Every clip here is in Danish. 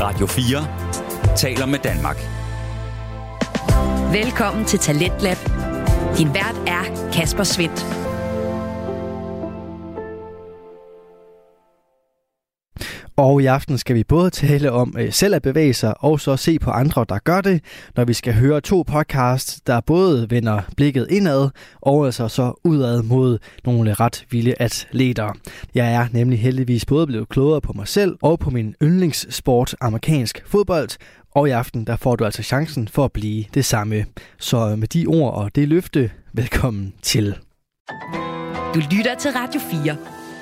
Radio 4 taler med Danmark. Velkommen til Talentlab. Din vært er Kasper Svendt. Og i aften skal vi både tale om selv at bevæge sig, og så se på andre, der gør det, når vi skal høre 2 podcasts, der både vender blikket indad, og altså så udad mod nogle ret vilde atleter. Jeg er nemlig heldigvis både blevet klogere på mig selv og på min yndlingssport, amerikansk fodbold, og i aften der får du altså chancen for at blive det samme. Så med de ord og det løfte, velkommen til. Du lytter til Radio 4.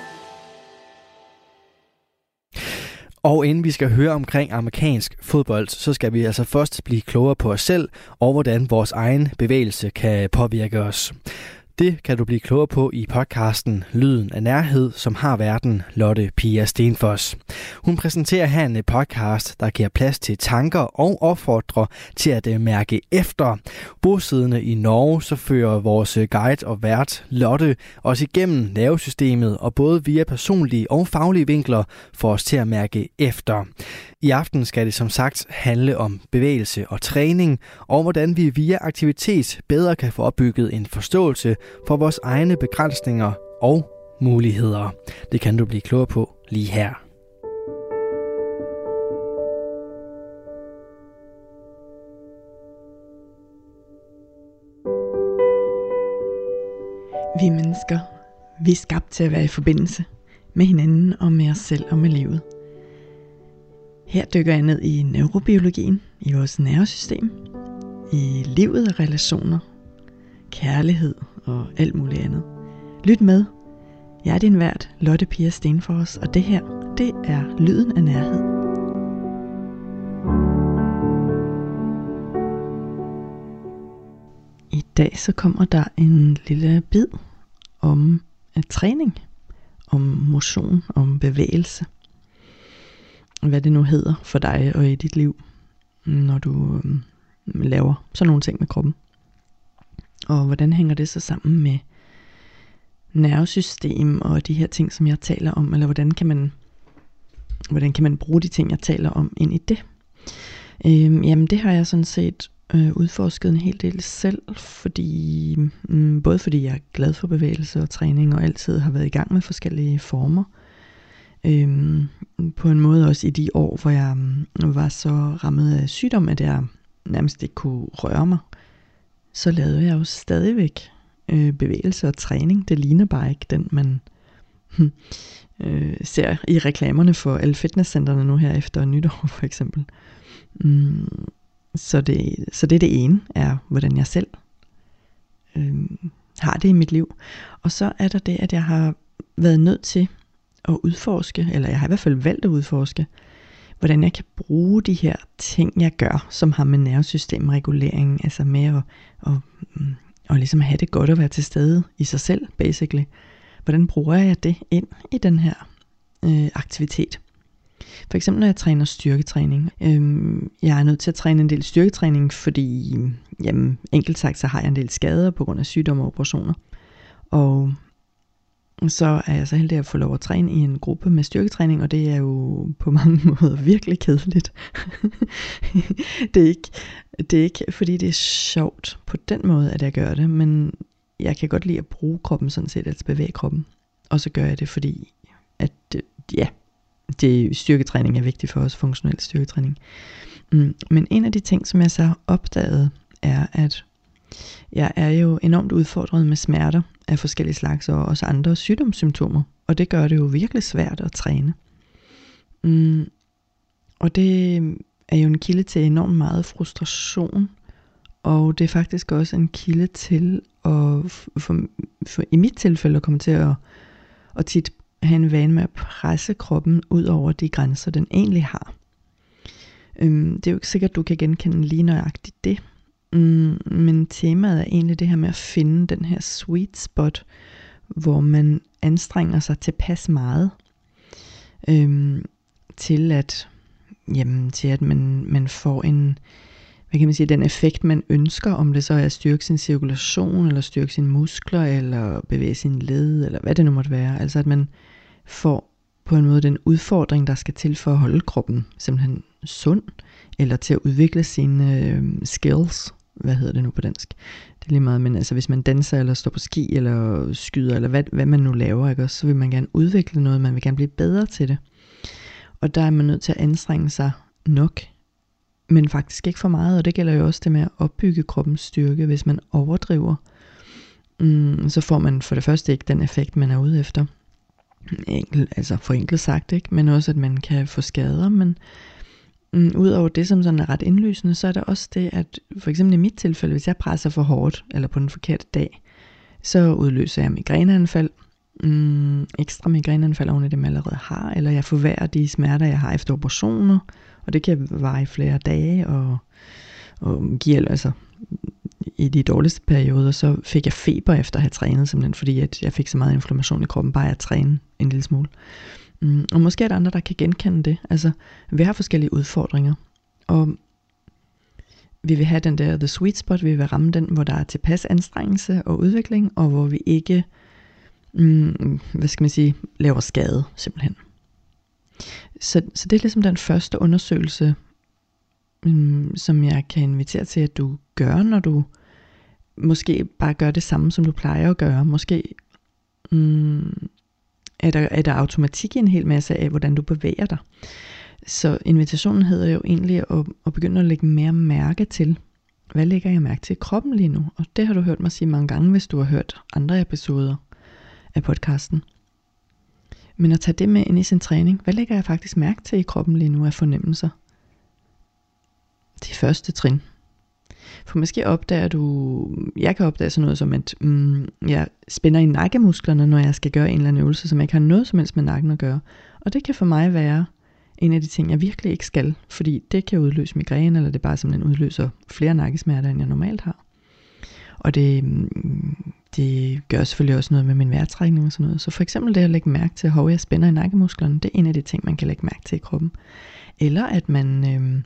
Og inden vi skal høre omkring amerikansk fodbold, så skal vi altså først blive klogere på os selv, og hvordan vores egen bevægelse kan påvirke os. Det kan du blive klogere på i podcasten Lyden af Nærhed, som har værten Lotte Pia Stenfoss. Hun præsenterer her en podcast, der giver plads til tanker og opfordrer til at mærke efter. Bosiddende i Norge, så fører vores guide og vært Lotte os igennem nervesystemet, og både via personlige og faglige vinkler får os til at mærke efter. I aften skal det som sagt handle om bevægelse og træning, og hvordan vi via aktivitet bedre kan få opbygget en forståelse for vores egne begrænsninger og muligheder. Det kan du blive klogere på lige her. Vi mennesker, vi er skabt til at være i forbindelse med hinanden og med os selv og med livet. Her dykker jeg ned i neurobiologien, i vores nervesystem, i livet af relationer, kærlighed og alt muligt andet. Lyt med. Jeg er din vært, Lotte Pia Stenfoss, og det her, det er Lyden af Nærhed. I dag så kommer der en lille bid om træning, om motion, om bevægelse. Hvad det nu hedder for dig og i dit liv, når du laver sådan nogle ting med kroppen. Og hvordan hænger det så sammen med nervesystem og de her ting, som jeg taler om, eller hvordan kan man bruge de ting, jeg taler om ind i det? Jamen det har jeg sådan set udforsket en hel del selv, både fordi jeg er glad for bevægelse og træning, og altid har været i gang med forskellige former. På en måde også i de år, hvor jeg var så rammet af sygdom, at jeg nærmest ikke kunne røre mig, så lavede jeg jo stadigvæk bevægelse og træning. Det ligner bare ikke den, man ser i reklamerne for alle fitnesscentrene nu her efter nytår for eksempel. Så det ene er, hvordan jeg selv har det i mit liv. Og så er der det, at jeg har været nødt til at udforske, eller jeg har i hvert fald valgt at udforske, hvordan jeg kan bruge de her ting, jeg gør, som har med nervesystemregulering, altså med at ligesom have det godt at være til stede i sig selv, basically. Hvordan bruger jeg det ind i den her aktivitet? For eksempel når jeg træner styrketræning. Jeg er nødt til at træne en del styrketræning, fordi enkelt sagt, så har jeg en del skader på grund af sygdomme og operationer. Og så er jeg så heldig at få lov at træne i en gruppe med styrketræning, og det er jo på mange måder virkelig kedeligt. Det er ikke fordi det er sjovt på den måde, at jeg gør det, men jeg kan godt lide at bruge kroppen sådan set, at bevæge kroppen. Og så gør jeg det, fordi at styrketræning er vigtigt for os, funktionel styrketræning. Men en af de ting, som jeg så har opdaget, er, at jeg er jo enormt udfordret med smerter af forskellige slags, og også andre sygdomssymptomer. Og det gør det jo virkelig svært at træne. Og det er jo en kilde til enormt meget frustration. Og det er faktisk også en kilde til for i mit tilfælde at komme til at tit have en vane med at presse kroppen ud over de grænser, den egentlig har. Det er jo ikke sikkert, du kan genkende lige nøjagtigt det. Men temaet er egentlig det her med at finde den her sweet spot, hvor man anstrenger sig tilpas meget til at man får en, hvad kan man sige, den effekt man ønsker, om det så er at styrke sin cirkulation, eller styrke sine muskler, eller bevæge sin led, eller hvad det nu måtte være. Altså at man får på en måde den udfordring, der skal til for at holde kroppen simpelthen sund, eller til at udvikle sine skills. Hvad hedder det nu på dansk? Det er lige meget, men altså hvis man danser, eller står på ski, eller skyder, eller hvad man nu laver, ikke? Så vil man gerne udvikle noget, man vil gerne blive bedre til det. Og der er man nødt til at anstrenge sig nok, men faktisk ikke for meget, og det gælder jo også det med at opbygge kroppens styrke. Hvis man overdriver, så får man for det første ikke den effekt, man er ude efter. Altså forenklet sagt, ikke? Men også at man kan få skader. Men udover det, som sådan er ret indlysende, så er der også det, at for eksempel i mit tilfælde, hvis jeg presser for hårdt, eller på den forkerte dag, så udløser jeg migræneanfald, ekstra migræneanfald oven i dem, jeg allerede har, eller jeg forværrer de smerter, jeg har efter operationer, og det kan vare i flere dage, og giver altså i de dårligste perioder, så fik jeg feber efter at have trænet, simpelthen fordi at jeg fik så meget inflammation i kroppen, bare at træne en lille smule. Og måske er der andre, der kan genkende det. Altså, vi har forskellige udfordringer, og vi vil have den der the sweet spot, vi vil ramme den, hvor der er tilpas anstrengelse og udvikling, og hvor vi ikke, laver skade, simpelthen. Så det er ligesom den første undersøgelse, som jeg kan invitere til, at du gør, når du måske bare gør det samme, som du plejer at gøre. Måske er der automatik i en hel masse af, hvordan du bevæger dig. Så invitationen hedder jo egentlig at begynde at lægge mere mærke til, hvad lægger jeg mærke til i kroppen lige nu? Og det har du hørt mig sige mange gange, hvis du har hørt andre episoder af podcasten. Men at tage det med ind i sin træning, hvad lægger jeg faktisk mærke til i kroppen lige nu af fornemmelser? Det første trin. For måske opdager jeg kan opdage sådan noget som, at jeg spænder i nakkemusklerne, når jeg skal gøre en eller anden øvelse, som ikke har noget som helst med nakken at gøre. Og det kan for mig være en af de ting, jeg virkelig ikke skal, fordi det kan udløse migræne, eller det bare simpelthen udløser flere nakkesmerter, end jeg normalt har. Og det gør selvfølgelig også noget med min vejrtrækning og sådan noget. Så for eksempel det at lægge mærke til, at jeg spænder i nakkemusklerne, det er en af de ting, man kan lægge mærke til i kroppen. Eller at man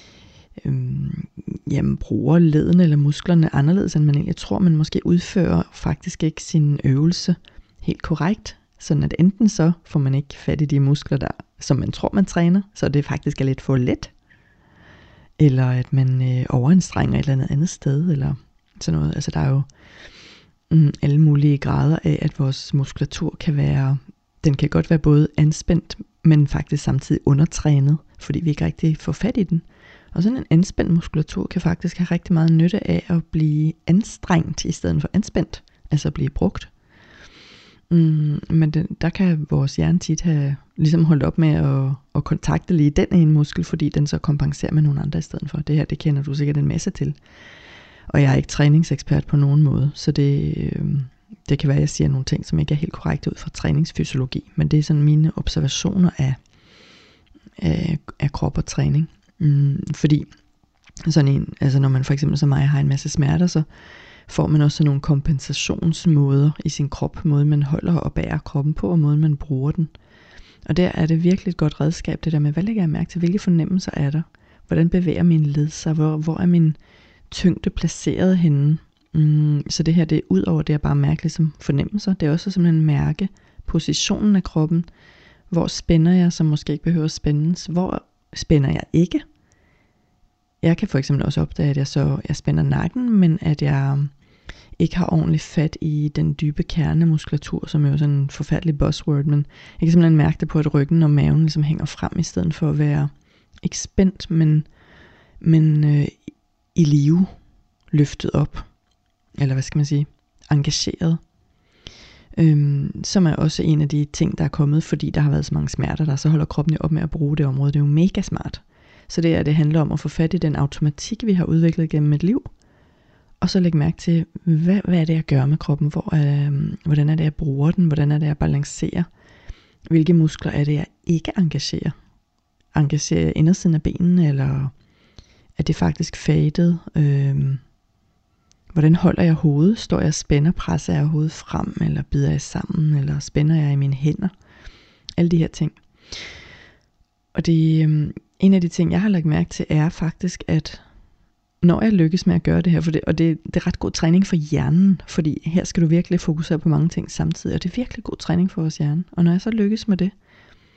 bruger ledene eller musklerne anderledes, end man egentlig tror. Man måske udfører faktisk ikke sin øvelse helt korrekt. Sådan at enten så får man ikke fat i de muskler, som man tror, man træner, så det faktisk er lidt for let. Eller at man overanstrenger et eller andet sted, eller sådan noget. Altså der er jo alle mulige grader af, at vores muskulatur den kan godt være både anspændt, men faktisk samtidig undertrænet, fordi vi ikke rigtig får fat i den. Og sådan en anspændt muskulatur kan faktisk have rigtig meget nytte af at blive anstrengt i stedet for anspændt, altså at blive brugt. Men der kan vores hjerne tit have ligesom holdt op med at kontakte lige den ene muskel, fordi den så kompenserer med nogle andre i stedet for. Det her, det kender du sikkert en masse til. Og jeg er ikke træningsekspert på nogen måde, så det kan være, at jeg siger nogle ting, som ikke er helt korrekte ud fra træningsfysiologi. Men det er sådan mine observationer af krop og træning. Fordi når man for eksempel som mig har en masse smerter, så får man også nogle kompensationsmåder i sin krop, måden man holder og bærer kroppen på, og måden man bruger den. Og der er det virkelig et godt redskab, det der med, hvad lægger jeg mærke til, hvilke fornemmelser er der, hvordan bevæger min led sig, hvor er min tyngde placeret henne. Så det her, det er ud over det at bare mærke ligesom fornemmelser, det er også simpelthen mærke positionen af kroppen, hvor spænder jeg, som måske ikke behøver at spændes, hvor spænder jeg ikke. Jeg kan for eksempel også opdage, at jeg spænder nakken, men at jeg ikke har ordentligt fat i den dybe kernemuskulatur, som er jo sådan en forfærdelig buzzword, men jeg kan simpelthen mærke det på, at ryggen og maven ligesom hænger frem, i stedet for at være ikke spændt, men i live, løftet op, eller hvad skal man sige, engageret. Som er også en af de ting, der er kommet, fordi der har været så mange smerter der, så holder kroppen jo op med at bruge det område. Det er jo mega smart. Så det handler om at få fat i den automatik, vi har udviklet gennem et liv, og så lægge mærke til, hvad er det, jeg gør med kroppen, hvordan er det, jeg bruger den, hvordan er det, jeg balancerer, hvilke muskler er det, jeg ikke engagerer. Engagerer jeg indersiden af benene, eller er det faktisk fadet? Hvordan holder jeg hovedet? Står jeg og spænder, presser jeg hovedet frem, eller bider jeg sammen, eller spænder jeg i mine hænder? Alle de her ting. Og det en af de ting, jeg har lagt mærke til, er faktisk, at når jeg lykkes med at gøre det her, og det er ret god træning for hjernen, fordi her skal du virkelig fokusere på mange ting samtidig, og det er virkelig god træning for vores hjerne. Og når jeg så lykkes med det,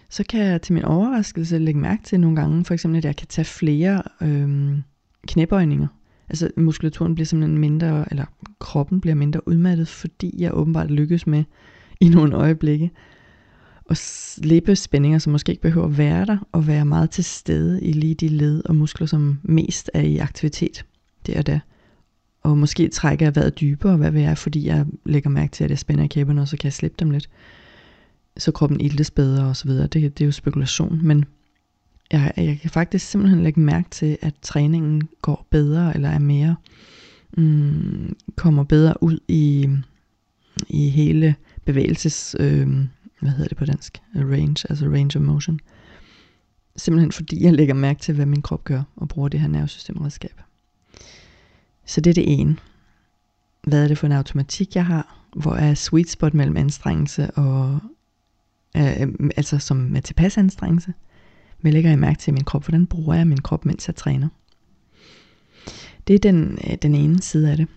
så kan jeg til min overraskelse lægge mærke til nogle gange, for eksempel at jeg kan tage flere knæbøjninger. Altså muskulaturen bliver simpelthen mindre, eller kroppen bliver mindre udmattet, fordi jeg åbenbart lykkes med i nogle øjeblikke og slippe spændinger, som måske ikke behøver at være der, og være meget til stede i lige de led og muskler, som mest er i aktivitet. Det er det. Og måske trækker jeg vejret dybere, hvad vil jeg, fordi jeg lægger mærke til, at jeg spænder i kæberne, og så kan jeg slippe dem lidt. Så kroppen iltes bedre og så videre. Det er jo spekulation, men jeg kan faktisk simpelthen lægge mærke til, at træningen går bedre, eller er mere, kommer bedre ud i hele bevægelses, hvad hedder det på dansk? Range, altså range of motion. Simpelthen fordi jeg lægger mærke til, hvad min krop gør, og bruger det her nervesystemredskab. Så det er det ene. Hvad er det for en automatik, jeg har? Hvor er sweet spot mellem anstrengelse og altså som med tilpas anstrengelse? Hvad lægger jeg mærke til i min krop? Hvordan bruger jeg min krop, mens jeg træner? Det er den ene side af det.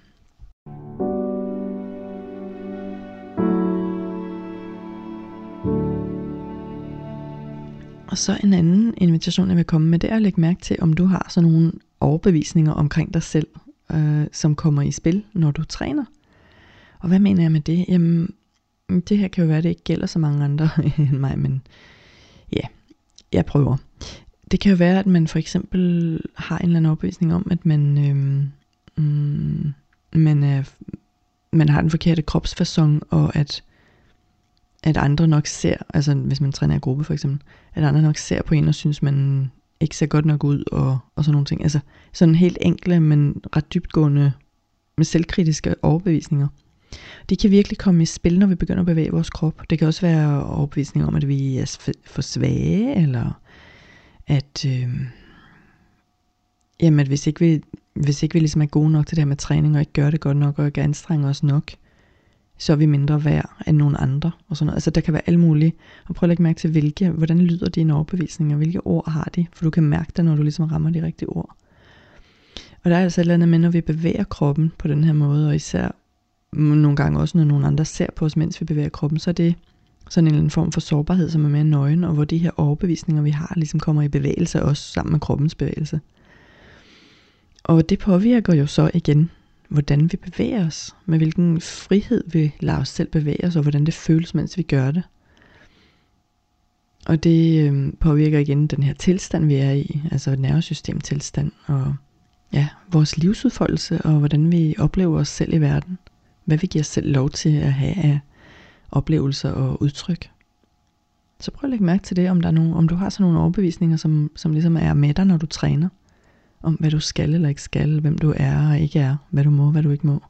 Og så en anden invitation, jeg vil komme med, det er at lægge mærke til, om du har sådan nogle overbevisninger omkring dig selv, som kommer i spil, når du træner. Og hvad mener jeg med det? Jamen, det her kan jo være, at det ikke gælder så mange andre end mig, men ja, jeg prøver. Det kan jo være, at man for eksempel har en eller anden overbevisning om, at man har den forkerte kropsfacon, og at andre nok ser, altså hvis man træner i gruppe for eksempel, at andre nok ser på en og synes, man ikke ser godt nok ud, og sådan nogle ting. Altså sådan helt enkle, men ret dybtgående med selvkritiske overbevisninger. De kan virkelig komme i spil, når vi begynder at bevæge vores krop. Det kan også være overbevisninger om, at vi er for svage, eller at, at hvis ikke vi ligesom er gode nok til det her med træning, og ikke gør det godt nok, og ikke anstrenger os nok, så er vi mindre værd end nogen andre. Og sådan noget. Altså der kan være alle mulige. Og prøv at lægge mærke til, hvordan lyder dine overbevisninger, hvilke ord har de, for du kan mærke det, når du ligesom rammer de rigtige ord. Og der er altså et eller andet med, når vi bevæger kroppen på den her måde, og især nogle gange også, når nogen andre ser på os, mens vi bevæger kroppen, så er det sådan en eller anden form for sårbarhed, som er mere nøgen, og hvor de her overbevisninger, vi har, ligesom kommer i bevægelse, også sammen med kroppens bevægelse. Og det påvirker jo så igen, hvordan vi bevæger os, med hvilken frihed vi lader os selv bevæge os, og hvordan det føles, mens vi gør det. Og det påvirker igen den her tilstand, vi er i, altså nervesystemtilstand, og ja, vores livsudfoldelse, og hvordan vi oplever os selv i verden. Hvad vi giver os selv lov til at have af oplevelser og udtryk. Så prøv at lægge mærke til det, om du har sådan nogle overbevisninger, som ligesom er med dig, når du træner. Om hvad du skal eller ikke skal, hvem du er og ikke er, hvad du må, hvad du ikke må.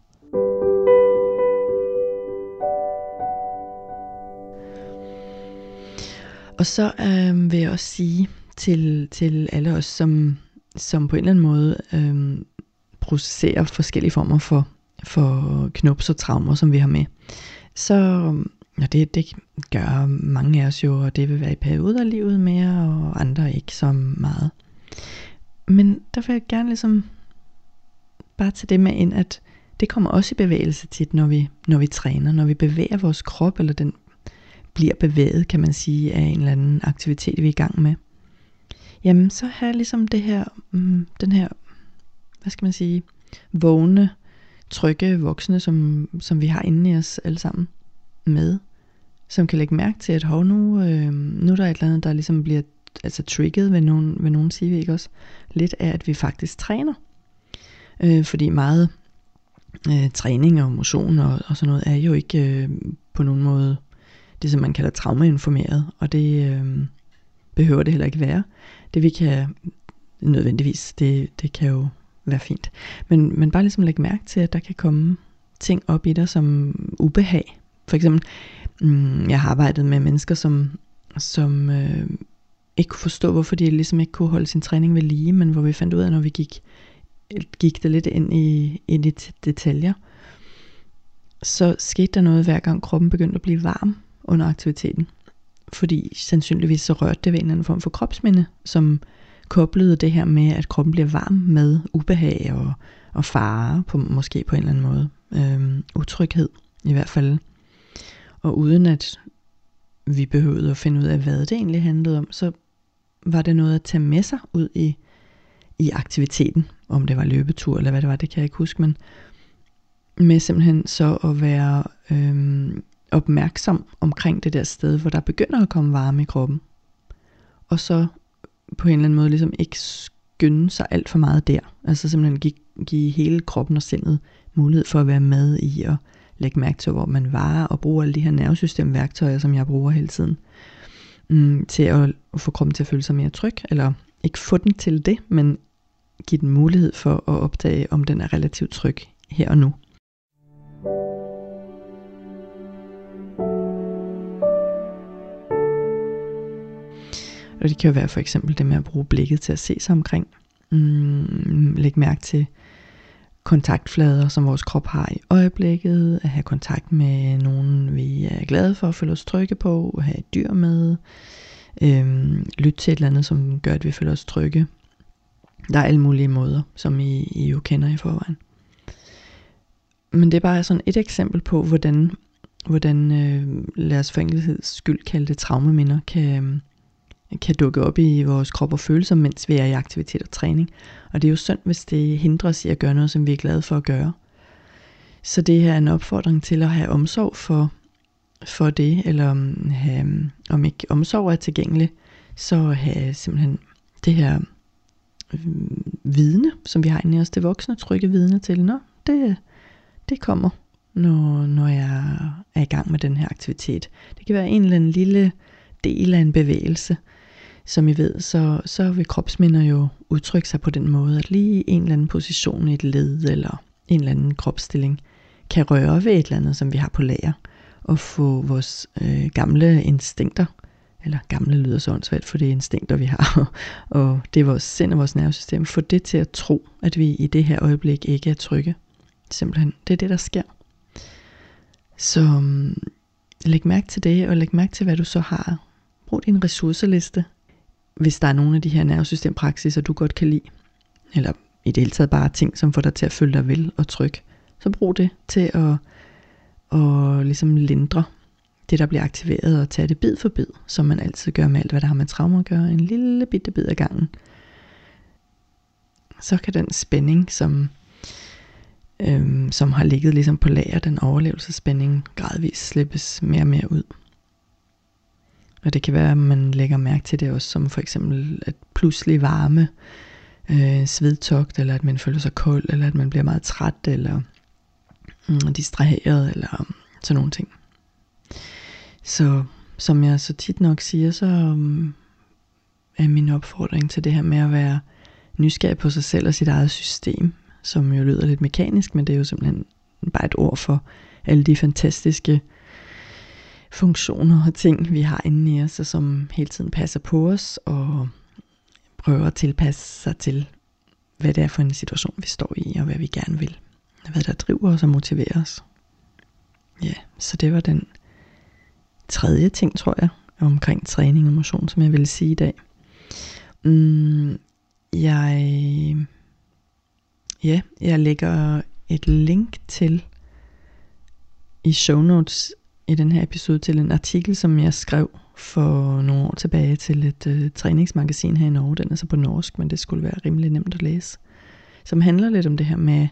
Og så vil jeg også sige til alle os, som på en eller anden måde processerer forskellige former for knups og traumer, som vi har med. Så det gør mange af os jo, og det vil være i perioder af livet mere, og andre ikke så meget. Men der vil jeg gerne ligesom bare tage det med ind, at det kommer også i bevægelse tit, når vi træner. Når vi bevæger vores krop, eller den bliver bevæget, kan man sige, af en eller anden aktivitet, vi er i gang med. Jamen, så har ligesom det her, den her, hvad skal man sige, vågne, trygge voksne, som vi har inde i os alle sammen med, som kan lægge mærke til, at nu er der et eller andet, der ligesom bliver trigget, vil nogen sige, ikke også? Lidt af, at vi faktisk træner. Fordi meget træning og motion og sådan noget, er jo ikke på nogen måde det, som man kalder traumeinformeret, og det behøver det heller ikke være. Det vi kan nødvendigvis, det kan jo være fint. Men bare ligesom lægge mærke til, at der kan komme ting op i dig som ubehag. For eksempel, jeg har arbejdet med mennesker, som ikke kunne forstå, hvorfor de ligesom ikke kunne holde sin træning ved lige, men hvor vi fandt ud af, når vi gik det lidt ind i de detaljer, så skete der noget, hver gang kroppen begyndte at blive varm under aktiviteten. Fordi sandsynligvis så rørte det ved en eller anden form for kropsminde, som koblede det her med, at kroppen bliver varm med ubehag og fare, måske på en eller anden måde. Utryghed i hvert fald. Og uden at vi behøvede at finde ud af, hvad det egentlig handlede om, så var det noget at tage med sig ud i aktiviteten. Om det var løbetur eller hvad det var, det kan jeg ikke huske, men med simpelthen så at være opmærksom omkring det der sted, hvor der begynder at komme varme i kroppen. Og så på en eller anden måde ligesom ikke skynde sig alt for meget der. Altså simpelthen give hele kroppen og sindet mulighed for at være med i at lægge mærke til, hvor man var, og bruge alle de her nervesystemværktøjer, som jeg bruger hele tiden, til at få kroppen til at føle sig mere tryg, eller ikke få den til det, men give den mulighed for at opdage, om den er relativt tryg her og nu. Og det kan jo være for eksempel det med at bruge blikket til at se sig omkring. Læg mærke til kontaktflader, som vores krop har i øjeblikket. At have kontakt med nogen, vi er glade for at føle os trygge på. At have et dyr med. Lytte til et eller andet, som gør, at vi føler os trygge. Der er alle mulige måder, som I jo kender i forvejen. Men det er bare sådan et eksempel på, hvordan lad os for enkelheds skyld kalde det traumeminder, kan dukke op i vores krop og følelser, mens vi er i aktivitet og træning. Og det er jo synd, hvis det hindrer os i at gøre noget, som vi er glade for at gøre. Så det her er en opfordring til at have omsorg for det, eller om ikke omsorg er tilgængelig, så have simpelthen det her vidne, som vi har inde i os, det voksne, trygge vidne til, det kommer, når jeg er i gang med den her aktivitet. Det kan være en eller anden lille del af en bevægelse. Som I ved, så vil kropsminder jo udtrykke sig på den måde, at lige en eller anden position i et led, eller en eller anden kropsstilling, kan røre ved et eller andet, som vi har på lager, og få vores gamle instinkter, eller gamle lyder så åndssvagt, for det er instinkter, vi har, og det er vores sind og vores nervesystem, få det til at tro, at vi i det her øjeblik ikke er trygge. Simpelthen, det er det, der sker. Så læg mærke til det, og læg mærke til, hvad du så har. Brug din ressourceliste, hvis der er nogle af de her nervesystempraksiser, du godt kan lide, eller i det hele taget bare ting, som får dig til at føle dig vel og tryg, så brug det til at ligesom lindre det, der bliver aktiveret, og tage det bid for bid, som man altid gør med alt, hvad der har med traumer at gøre, en lille bitte bid ad gangen. Så kan den spænding, som har ligget ligesom på lager, den overlevelsesspænding, gradvist slippes mere og mere ud. Og det kan være, at man lægger mærke til det også, som for eksempel at pludselig varme, svedtogt, eller at man føler sig kold, eller at man bliver meget træt, eller distraheret, eller sådan nogle ting. Så som jeg så tit nok siger, så er min opfordring til det her med at være nysgerrig på sig selv og sit eget system, som jo lyder lidt mekanisk, men det er jo simpelthen bare et ord for alle de fantastiske funktioner og ting, vi har inde i os, og som hele tiden passer på os, og prøver at tilpasse sig til, hvad det er for en situation, vi står i, og hvad vi gerne vil. Hvad der driver os og motiverer os. Ja, så det var den tredje ting, tror jeg, omkring træning og motion, som jeg ville sige i dag. Jeg lægger et link til i show notes i den her episode til en artikel, som jeg skrev for nogle år tilbage til et træningsmagasin her i Norge. Den er så på norsk, men det skulle være rimelig nemt at læse. Som handler lidt om det her med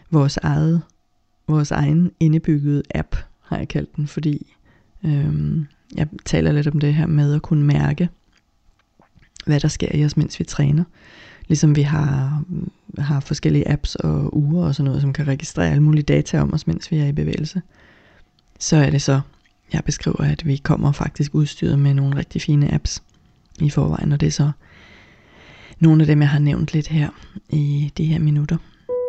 vores egen indebyggede app, har jeg kaldt den, fordi jeg taler lidt om det her med at kunne mærke, hvad der sker i os, mens vi træner. Ligesom vi har forskellige apps og ure og sådan noget, som kan registrere alle mulige data om os, mens vi er i bevægelse. Så er det så, jeg beskriver, at vi kommer faktisk udstyret med nogle rigtig fine apps i forvejen, og det er så nogle af dem, jeg har nævnt lidt her i de her minutter.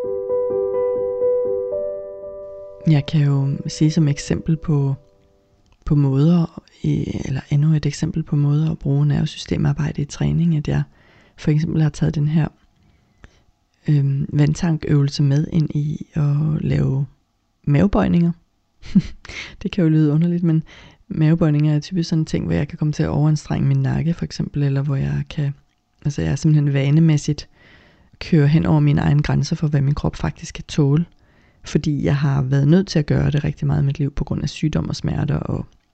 Jeg kan jo sige som eksempel på måder, eller endnu et eksempel på måder at bruge nervesystemarbejde i træning, at jeg for eksempel har taget den her vandtankøvelse med ind i at lave mavebøjninger. Det kan jo lyde underligt, men mavebøjninger er typisk sådan en ting, hvor jeg kan komme til at overanstrenge min nakke for eksempel, eller hvor jeg er simpelthen vanemæssigt køre hen over mine egne grænser for, hvad min krop faktisk kan tåle. Fordi jeg har været nødt til at gøre det rigtig meget i mit liv på grund af sygdom og smerter og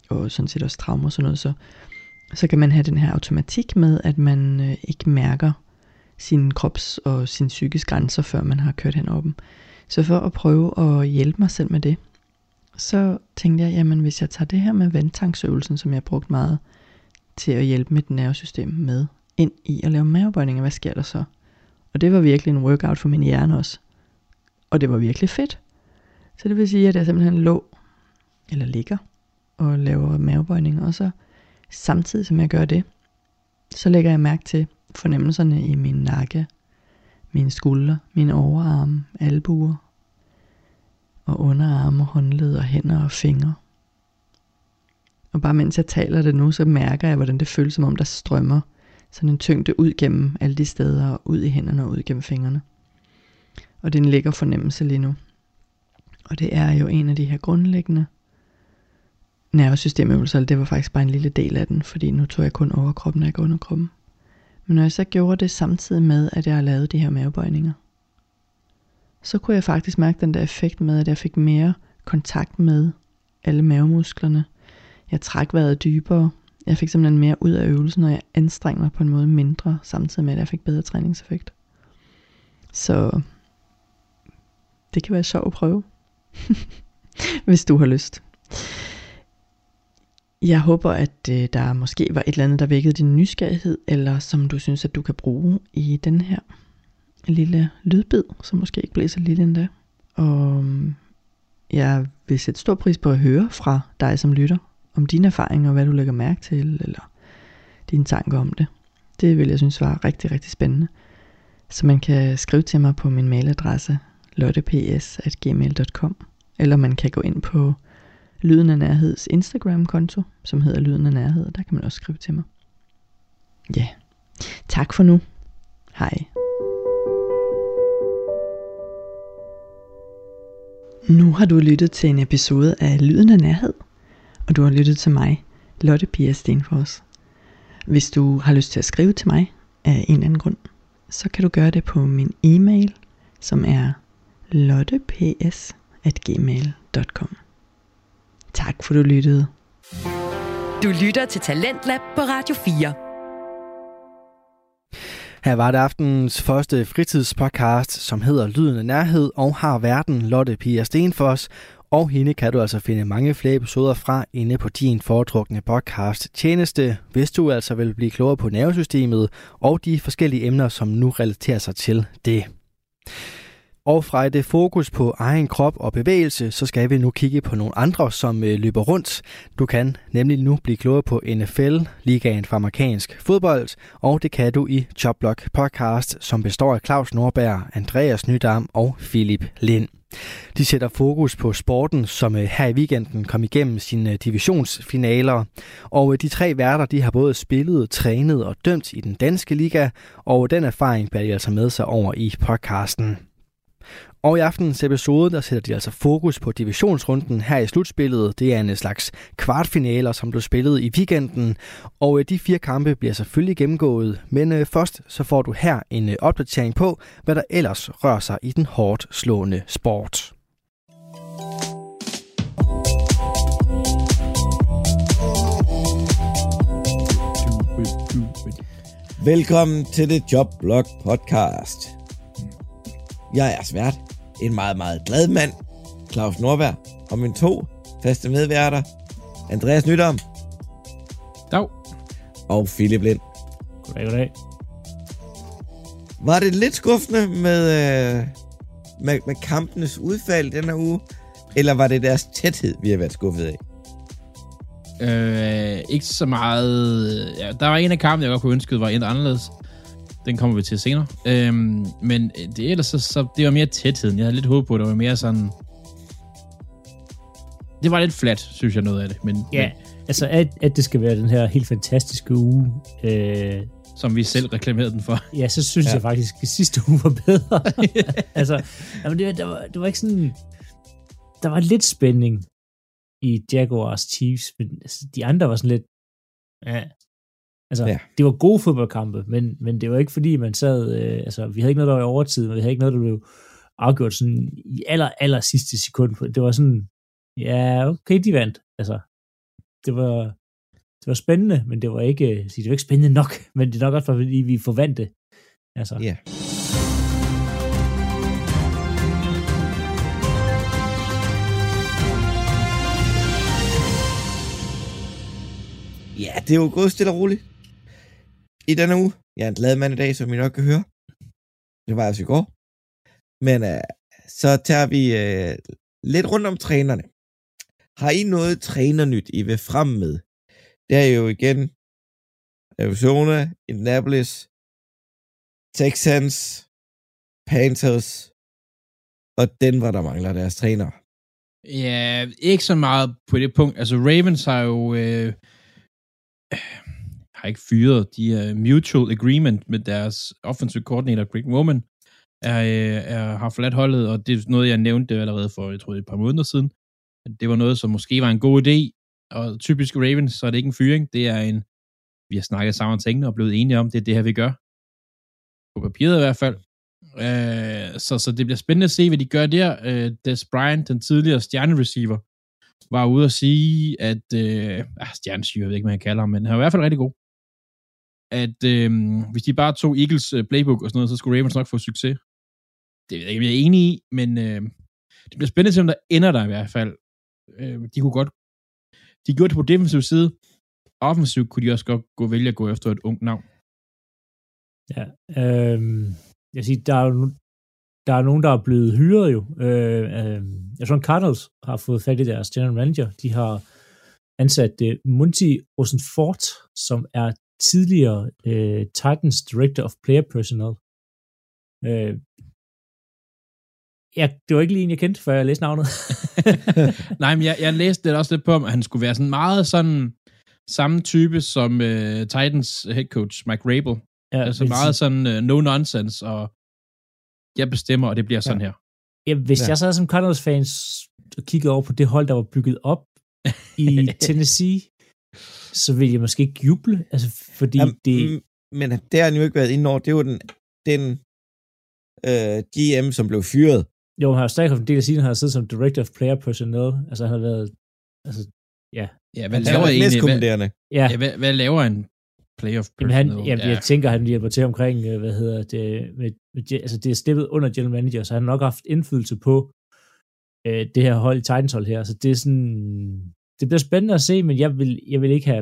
og sådan set også traumer og sådan noget, så kan man have den her automatik med, at man ikke mærker sin krops og sin psykiske grænser, før man har kørt hen over dem. Så for at prøve at hjælpe mig selv med det, så tænkte jeg, jamen hvis jeg tager det her med vandtanksøvelsen, som jeg har brugt meget til at hjælpe mit nervesystem med, ind i at lave mavebøjninger, hvad sker der så? Og det var virkelig en workout for min hjerne også. Og det var virkelig fedt. Så det vil sige, at jeg simpelthen ligger og laver mavebøjninger, og så samtidig som jeg gør det, så lægger jeg mærke til fornemmelserne i min nakke, mine skuldre, mine overarme, albuer og underarme, håndled og hænder og fingre. Og bare mens jeg taler det nu, så mærker jeg, hvordan det føles, som om der strømmer sådan en tyngde ud gennem alle de steder, og ud i hænderne og ud gennem fingrene. Og det er en lækker fornemmelse lige nu. Og det er jo en af de her grundlæggende nervesystemøvelser, det var faktisk bare en lille del af den, fordi nu tog jeg kun overkroppen, og ikke underkroppen. Men når jeg så gjorde det samtidig med, at jeg lavede de her mavebøjninger, så kunne jeg faktisk mærke den der effekt med, at jeg fik mere kontakt med alle mavemusklerne. Jeg trak vejret dybere. Jeg fik simpelthen mere ud af øvelsen, og jeg anstrengte mig på en måde mindre, samtidig med, at jeg fik bedre træningseffekt. Så det kan være sjovt at prøve, hvis du har lyst. Jeg håber, at der måske var et eller andet, der vækkede din nysgerrighed, eller som du synes, at du kan bruge i den her lille lydbid, som måske ikke bliver så lille endda. Og jeg vil sætte stor pris på at høre fra dig, som lytter, om dine erfaringer, hvad du lægger mærke til, eller dine tanker om det. Det vil jeg synes var rigtig, rigtig spændende. Så man kan skrive til mig på min mailadresse lotteps@gmail.com, eller man kan gå ind på Lyden af Nærheds Instagram-konto, som hedder Lyden af Nærhed, der kan man også skrive til mig. Ja, tak for nu. Hej. Nu har du lyttet til en episode af Lyden af Nærhed, og du har lyttet til mig, Lotte Pia Stenfors. Hvis du har lyst til at skrive til mig af en eller anden grund, så kan du gøre det på min e-mail, som er lotteps@gmail.com. Tak for du lyttede. Du lytter til Talentlab på Radio 4. Her var det aftenens første fritidspodcast, som hedder Lyden af Nærhed, og har værten Lotte Pia Stenfors. Og hende kan du altså finde mange flere episoder fra inde på din foretrukne podcast tjeneste, hvis du altså vil blive klogere på nervesystemet og de forskellige emner, som nu relaterer sig til det. Og fra et fokus på egen krop og bevægelse, så skal vi nu kigge på nogle andre, som løber rundt. Du kan nemlig nu blive klogere på NFL, ligaen for amerikansk fodbold, og det kan du i Chopblock podcast, som består af Claus Nordberg, Andreas Nydam og Philip Lind. De sætter fokus på sporten, som her i weekenden kom igennem sine divisionsfinaler. Og de tre værter, de har både spillet, trænet og dømt i den danske liga, og den erfaring bærer de altså med sig over i podcasten. Og i aftenens episode, der sætter de altså fokus på divisionsrunden her i slutspillet. Det er en slags kvartfinaler, som blev spillet i weekenden. Og de 4 kampe bliver selvfølgelig gennemgået. Men først så får du her en opdatering på, hvad der ellers rører sig i den hårdt slående sport. Velkommen til The Chopblock podcast. Jeg er svært. En meget, meget glad mand, Claus Nordberg, og mine 2 faste medværter, Andreas Nydam. Dag. Og Philip Lind. Goddag. Var det lidt skuffende med kampenes udfald denne uge, eller var det deres tæthed, vi har været skuffet af? Ikke så meget. Ja, der var en af kampene, jeg godt kunne ønske, var endt anderledes. Den kommer vi til senere. Men det ellers så det var mere tætheden. Jeg havde lidt håb på, det var mere sådan... Det var lidt flat, synes jeg, noget af det. Men altså at det skal være den her helt fantastiske uge. Som vi selv reklamerede den for. Ja, så synes jeg faktisk, at sidste uge var bedre. Altså, det var ikke sådan... Der var lidt spænding i Jaguars Chiefs, men altså, de andre var sådan lidt... Det var gode fodboldkampe, men det var ikke fordi, man sad... vi havde ikke noget, der var i overtid, men vi havde ikke noget, der blev afgjort sådan i aller sidste sekund. Det var sådan... Ja, okay, de vandt. Altså, det var spændende, men det var ikke spændende nok, men det er nok også, fordi vi forventede. Altså. Ja. Ja, det er jo gået stille og roligt i denne uge. Jeg er en glad mand i dag, som I nok kan høre. Det var jeg også i går. Men så tager vi lidt rundt om trænerne. Har I noget trænernyt, I vil frem med? Det er jo igen Arizona, Indianapolis, Texans, Panthers og Denver, der mangler deres træner. Ja, ikke så meget på det punkt. Altså Ravens har jo har ikke fyret. De er mutual agreement med deres offensive coordinator, Greg Roman, har forladt holdet, og det er noget, jeg nævnte allerede for, jeg tror, et par måneder siden. Det var noget, som måske var en god idé, og typisk Ravens, så er det ikke en fyring. Det er vi har snakket sammen om tingene og blevet enige om, det er det her, vi gør. På papiret i hvert fald. Så det bliver spændende at se, hvad de gør der. Des Bryant, den tidligere stjernereceiver, var ude at sige, at stjernesyge, jeg ved ikke, hvad han kalder ham, men han var i hvert fald rigtig god. At hvis de bare tog Eagles playbook og sådan noget, så skulle Ravens nok få succes. Det ved jeg ikke, om jeg er enig i, men det bliver spændende til, om der ender der i hvert fald. De kunne godt, de gjorde det på defensiv side. Offensivt kunne de også godt vælge at gå efter et ungt navn. Ja, jeg siger, der er nogen, der er blevet hyret jo. Jeg tror, Cardinals har fået fat i deres general manager. De har ansat Monty Rosenfort, som er tidligere Titans Director of Player Personnel. Det var ikke lige en, jeg kendte, før jeg læste navnet. Nej, men jeg læste det også lidt på, at han skulle være sådan meget sådan samme type som Titans head coach, Mike Rabel. Ja, altså meget sådan no nonsense, og jeg bestemmer, og det bliver sådan her. Ja, hvis jeg sad som Cardinals-fans og kiggede over på det hold, der var bygget op i Tennessee, så ville jeg måske ikke juble, altså fordi det... Men det har han jo ikke været inde over. Det var den GM, som blev fyret. Jo, han har stadig haft en del af siden, han har siddet som Director of Player Personnel. Altså, han har været... Altså, ja. Ja, hvad laver egentlig? Hvad laver en Player Personnel? Jeg tænker, han hjælper til omkring, altså det er steppet under general manager, så han har nok haft indflydelse på det her hold i Titans-hold her. Så det er sådan... Det bliver spændende at se, men jeg vil ikke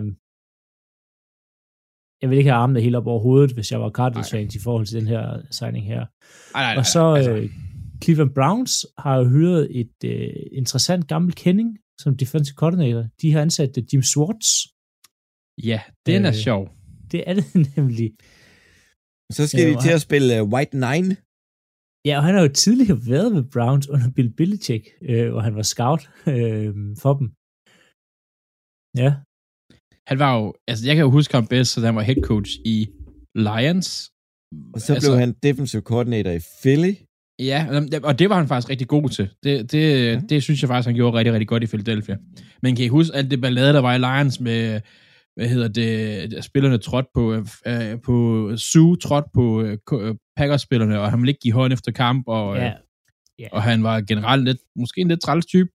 have armene helt op over hovedet, hvis jeg var Cardinals-fans i forhold til den her signing her. Og så Cleveland Browns har jo hyret et interessant gammel kending som defensive coordinator. De har ansat Jim Schwartz. Ja, den er sjov. Det er det nemlig. Så skal de til at spille White Nine. Ja, og han har jo tidligere været ved Browns under Bill Belichick, hvor han var scout for dem. Ja. Han var jo, altså jeg kan jo huske ham bedst, så han var head coach i Lions. Og så blev han defensive coordinator i Philly. Ja, og det var han faktisk rigtig god til. Det synes jeg faktisk, han gjorde rigtig, rigtig godt i Philadelphia. Men kan I huske alt det ballade, der var i Lions med, spillerne trådte på Sue trådte på Packers-spillerne, og han ville ikke give hånd efter kamp, og han var generelt måske en lidt træls type.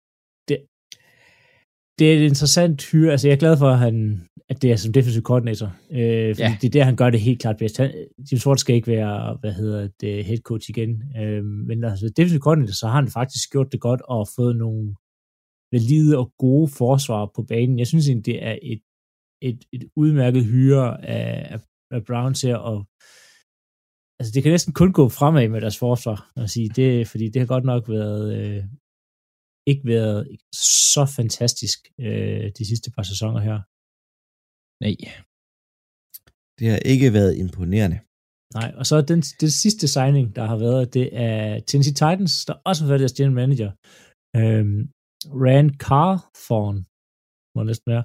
Det er et interessant hyre. Altså, jeg er glad for, at det er som defensive coordinator. Fordi det er der, han gør det helt klart bedst. Jim Schwartz skal ikke være, head coach igen. Men altså, defensive coordinator, så har han faktisk gjort det godt og fået nogle valide og gode forsvar på banen. Jeg synes egentlig, det er et udmærket hyre af Browns her, og altså, det kan næsten kun gå fremad med deres forsvar, at sige. Fordi det har godt nok ikke været så fantastisk de sidste par sæsoner her. Nej. Det har ikke været imponerende. Nej, og så den sidste signing, der har været, det er Tennessee Titans, der også har været deres general manager. Rand Carthorne, må næsten være.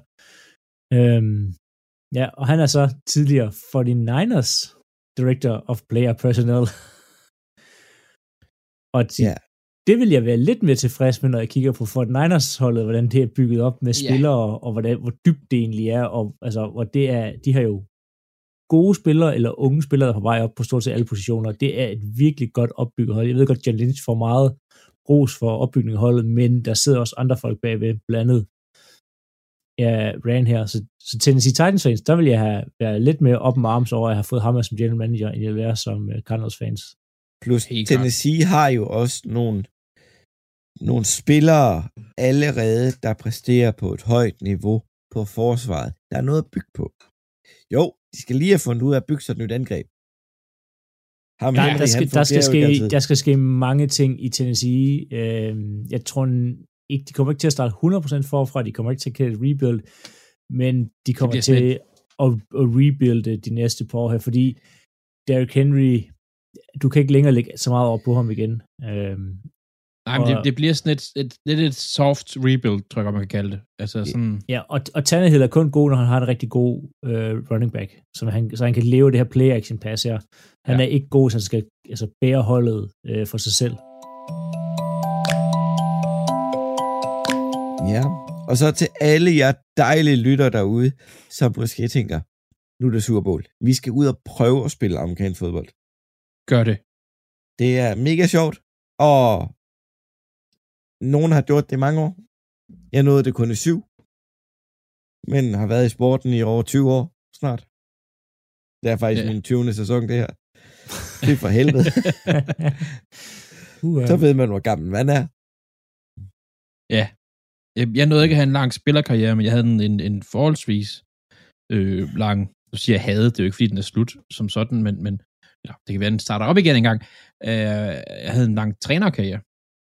Og han er så tidligere 49ers Director of Player Personnel. Og det vil jeg være lidt mere tilfreds med, når jeg kigger på 49ers-holdet, hvordan det er bygget op med spillere, og hvor dybt det egentlig er, og altså, hvor det er, de har jo gode spillere, eller unge spillere, der er på vej op på stort set alle positioner. Det er et virkelig godt opbygget hold. Jeg ved godt, John Lynch får meget ros for opbygning af holdet, men der sidder også andre folk bagved, blandt andet Rand her. Så Tennessee Titans fans, der vil jeg have været lidt mere open arms over, at jeg har fået ham som general manager, end jeg vil være som Cardinals fans. Plus Tennessee har jo også nogle spillere allerede, der præsterer på et højt niveau på forsvaret. Der er noget at bygge på. Jo, de skal lige have fundet ud af at bygge sig et nyt angreb. Der skal ske mange ting i Tennessee. Jeg tror ikke, de kommer ikke til at starte 100% forfra, de kommer ikke til at køre et rebuild, men de kommer til at rebuilde de næste par år her, fordi Derrick Henry, du kan ikke længere lægge så meget over på ham igen. Nej, men det bliver sådan et soft rebuild, tror jeg, man kan kalde det. Altså sådan... Ja, og Tannehill er kun god, når han har en rigtig god running back, så han kan leve det her play-action pass her. Han er ikke god, så han skal bære holdet for sig selv. Ja, og så til alle jer dejlige lytter derude, som måske tænker, nu er det Super Bowl. Vi skal ud og prøve at spille amerikansk fodbold. Gør det. Det er mega sjovt, og nogen har gjort det i mange år. Jeg nåede det kun i 7, men har været i sporten i over 20 år snart. Det er faktisk min 20. sæson, det her. Det er for helvede. Så ved man, hvor gammel man er. Ja. Jeg nåede ikke at have en lang spillerkarriere, men jeg havde en forholdsvis lang, nu siger jeg havde, det er jo ikke fordi den er slut som sådan, men ja, det kan være, den starter op igen engang. Jeg havde en lang trænerkarriere.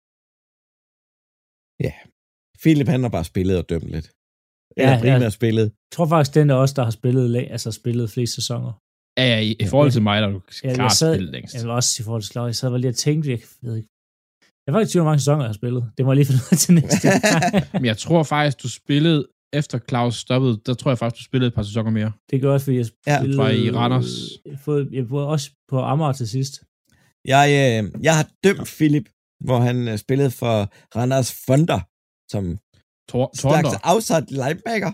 Ja, Philip han har bare spillet og dømt lidt. Primært spillet. Jeg tror faktisk, den er også, der har spillet flest sæsoner. Ja, i forhold til mig, der er du klart spillet længst. Jeg var også i forhold til Claus. Jeg sad lige og tænkte, jeg ved ikke. Jeg var ikke 20 hvor mange sæsoner, jeg har spillet. Det må jeg lige finde ud af til næste. Men jeg tror faktisk, du spillede, efter Claus stoppede, der tror jeg faktisk, du spillede et par sæsoner mere. Det gør også, fordi jeg spillede... Var i Randers. Jeg var også på Amager til sidst. Jeg har dømt Philip, hvor han spillede for Randers Thunder, som slags outside linebacker.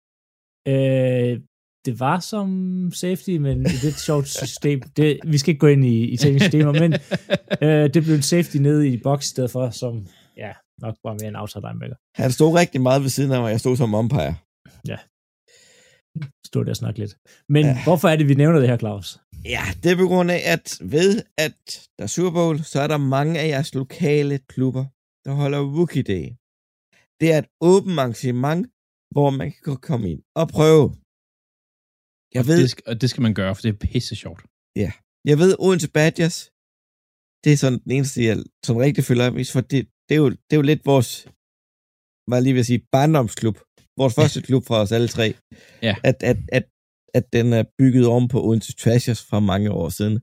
Det var som safety, men det er et sjovt system. Vi skal ikke gå ind i tekniske systemer, men det blev en safety nede i boks i stedet for, som nok bare mere en outside linebacker. Han stod rigtig meget ved siden af mig, jeg stod som umpire. Ja. Stod der og snakke lidt. Men hvorfor er det, vi nævner det her, Claus? Ja, det er på grund af, at ved at der er Super Bowl, så er der mange af jeres lokale klubber, der holder Rookie Day. Det er et åbent arrangement, hvor man kan komme ind og prøve. Og det skal man gøre, for det er pisse sjovt. Ja. Jeg ved, Odense Badgers, det er sådan den eneste, jeg som rigtig følger op i, for det er jo lidt vores, hvad jeg lige vil sige, barndomsklub. Vores første klub fra os alle tre. Ja. At den er bygget om på Odense Trashers fra mange år siden.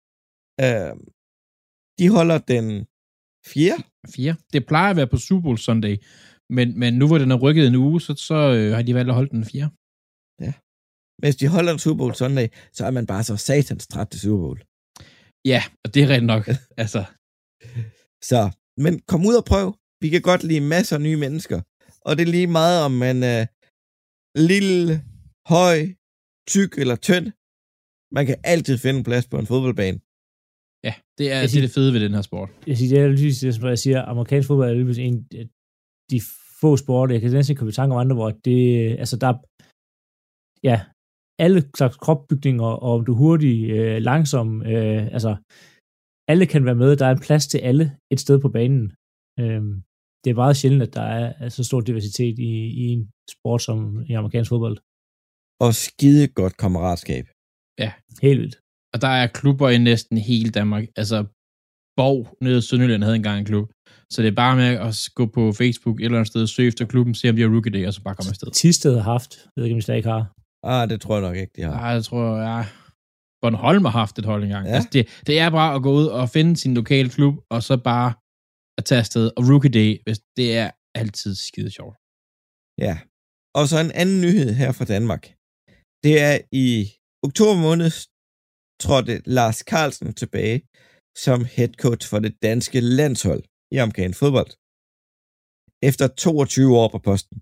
De holder den 4. Det plejer at være på Super Bowl Sunday, men nu hvor den er rykket en uge, så har de valgt at holde den 4. Ja. Hvis de holder en Super Bowl Sunday, så er man bare så satans træt til Super Bowl. Ja, og det er rent nok. Altså. Så, men kom ud og prøv. Vi kan godt lide masser af nye mennesker. Og det er lige meget, om man er lille, høj, tyk eller tynd. Man kan altid finde en plads på en fodboldbane. Ja, det er det fede ved den her sport. Det er lige som jeg siger, amerikansk fodbold er lige en af de få sporter, jeg kan næsten komme i tanke om andre, hvor det, altså der er alle slags kropbygninger, og om du er hurtig, langsom, altså alle kan være med, der er en plads til alle et sted på banen. Det er meget sjældent, at der er så stor diversitet i en sport som i amerikansk fodbold. Og skide godt kammeratskab. Ja. Helt vildt. Og der er klubber i næsten hele Danmark. Altså, Borg nede i Sønderjylland havde engang en klub. Så det er bare med at gå på Facebook et eller andet sted, søge efter klubben, se om de har Rookie Day, og så bare komme afsted. Thisted har haft. Jeg ved ikke, om de stadig ikke har. Det tror jeg nok ikke, de har. Jeg tror, Bornholm har haft et hold engang. Ja. Altså, det er bare at gå ud og finde sin lokale klub, og så bare at tage afsted. Og Rookie Day, det er altid skide sjovt. Ja. Og så en anden nyhed her fra Danmark. Det er i oktober måned trådte Lars Carlsen tilbage som head coach for det danske landshold i amerikansk fodbold. Efter 22 år på posten.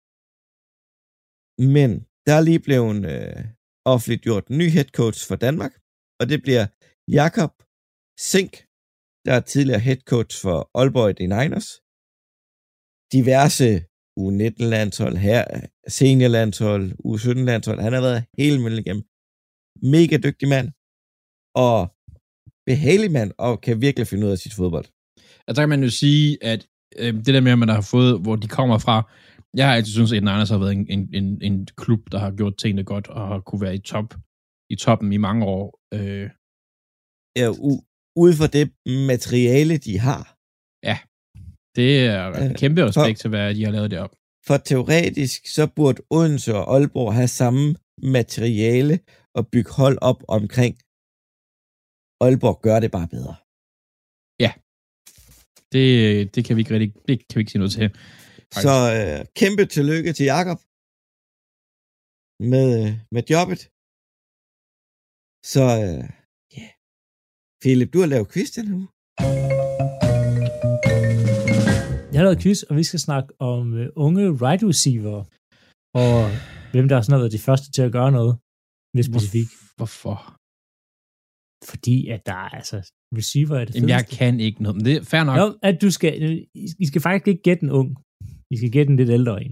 Men der er lige blevet offentliggjort en ny head coach for Danmark, og det bliver Jakob Zink, der er tidligere head coach for Aalborg 89ers, diverse U19-landshold, her seniorlandshold, U17-landshold. Han har været helt mellem igennem. Mega dygtig mand, og behagelig mand, og kan virkelig finde ud af sit fodbold. Og så kan man jo sige, at det der med, at man har fået, hvor de kommer fra, jeg har altid syntes, at Eden Randers har været en klub, der har gjort tingene godt, og har kunne være i toppen i mange år. Ja, ud fra det materiale, de har. Ja, det er kæmpe respekt til, hvad de har lavet deroppe. For teoretisk, så burde Odense og Aalborg have samme materiale og bygge hold op omkring. Aalborg gør det bare bedre. Ja, det kan vi ikke rigtig, det kan vi ikke sige noget til. Faktisk. Så kæmpe tillykke til Jakob med jobbet. Så yeah. Philip, du har lavet quiz den uge. Jeg har lavet quiz, og vi skal snakke om unge wide receiver, og hvem der sådan har været de første til at gøre noget lidt specifikt. Hvorfor? Fordi at der er altså receiver er det fedeste. Jamen, jeg kan ikke noget, men det er fair nok. Jo, at I skal faktisk ikke gætte en ung. I skal gætte en lidt ældre en.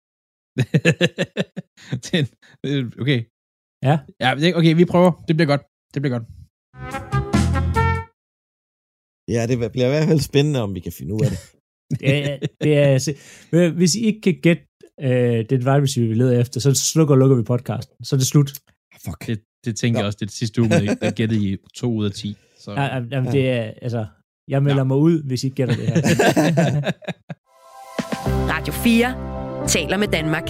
Okay. Ja. Okay, vi prøver. Det bliver godt. Ja, det bliver i hvert fald spændende, om vi kan finde ud af det. det er hvis I ikke kan gætte den wide receiver, vi leder efter, så lukker vi podcasten. Så er det slut. Fuck. Det tænker jeg også, det sidste uge, der gættede I 2 ud af 10. Så. Jamen, det er, altså, jeg melder mig ud, hvis I ikke gætter det her. Radio 4 taler med Danmark.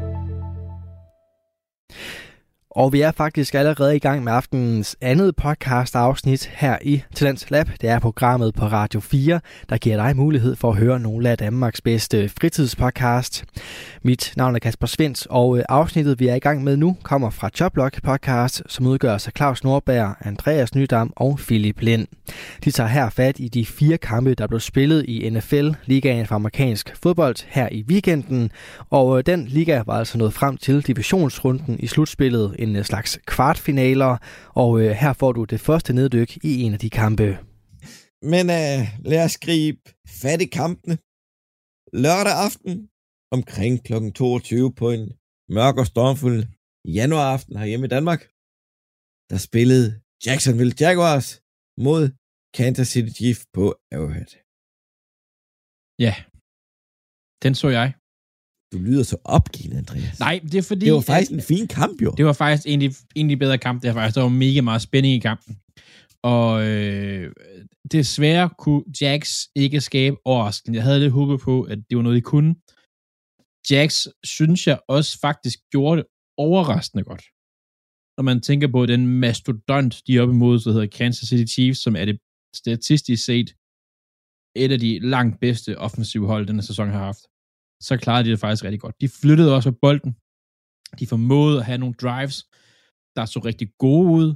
Og vi er faktisk allerede i gang med aftenens andet podcast-afsnit her i Talents Lab. Det er programmet på Radio 4, der giver dig mulighed for at høre nogle af Danmarks bedste fritidspodcast. Mit navn er Kasper Svens, og afsnittet, vi er i gang med nu, kommer fra Jobblock podcast, som udgøres af Claus Nordberg, Andreas Nydam og Philip Lind. De tager her fat i de 4 kampe, der blev spillet i NFL, ligaen for amerikansk fodbold, her i weekenden. Og den liga var altså nået frem til divisionsrunden i slutspillet, en slags kvartfinaler, og her får du det første neddyk i en af de kampe. Men lad os gribe fat i kampene. Lørdag aften omkring kl. 22 på en mørk og stormfuld januaraften herhjemme i Danmark, der spillede Jacksonville Jaguars mod Kansas City Chiefs på Arrowhead. Ja, den så jeg. Du lyder så opgivet, Andreas. Nej, det er fordi... Det var faktisk en fin kamp, jo. Det var faktisk en af de bedre kampe. Der var mega meget spænding i kampen. Og desværre kunne Jags ikke skabe overraskelse. Jeg havde lidt håbet på, at det var noget, de kunne. Jags, synes jeg, også faktisk gjorde det overraskende godt. Når man tænker på den mastodont, de er oppe imod, så hedder Kansas City Chiefs, som er det statistisk set et af de langt bedste offensive hold, denne sæson har haft. Så klarede de det faktisk rigtig godt. De flyttede også på bolden. De formåede at have nogle drives, der så rigtig gode ud.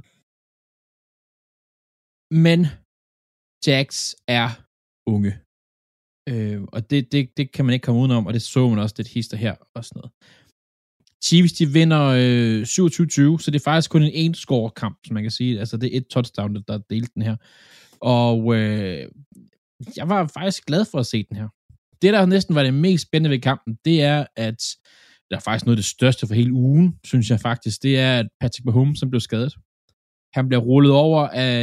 Men Jags er unge. Og det kan man ikke komme udenom, og det så man også lidt hister her og sådan noget. Chiefs, de vinder 27-20, så det er faktisk kun en score-kamp, som man kan sige. Altså, det er et touchdown, der delte den her. Og jeg var faktisk glad for at se den her. Det, der næsten var det mest spændende ved kampen, det er, at der er faktisk noget af det største for hele ugen, synes jeg faktisk, det er, at Patrick Mahomes, som blev skadet. Han bliver rullet over af,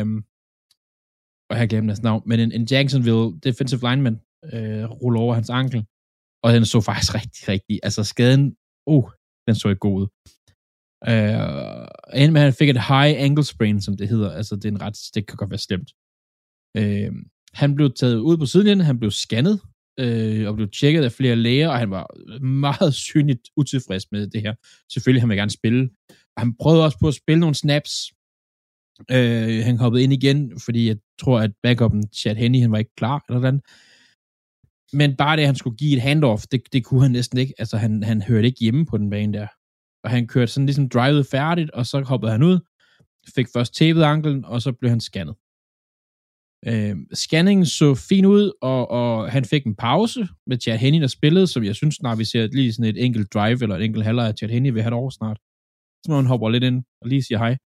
og jeg har glemt hans navn, men en Jacksonville defensive lineman ruller over hans ankel, og den så faktisk rigtig, altså skaden, den så ikke god ud. Endelig med, han fik et high ankle sprain, som det hedder, altså det kan godt være slemt. Han blev taget ud på sidelinjen, han blev scannet, og blev tjekket af flere læger, og han var meget synligt utilfreds med det her. Selvfølgelig, han vil gerne spille. Og han prøvede også på at spille nogle snaps. Han hoppede ind igen, fordi jeg tror, at backupen Chad Henne, han var ikke klar, eller hvordan. Men bare det, han skulle give et handoff, det kunne han næsten ikke. Altså, han hørte ikke hjemme på den bane der. Og han kørte sådan ligesom drivet færdigt, og så hoppede han ud, fik først tapet anklen, og så blev han scannet. Scanningen så fin ud, og han fik en pause med Chad Henne, der spillede, som jeg synes snart, vi ser lige sådan et enkelt drive, eller et enkelt halvleg af Chad Henne vil have det over snart. Så må han hopper lidt ind, og lige siger hej.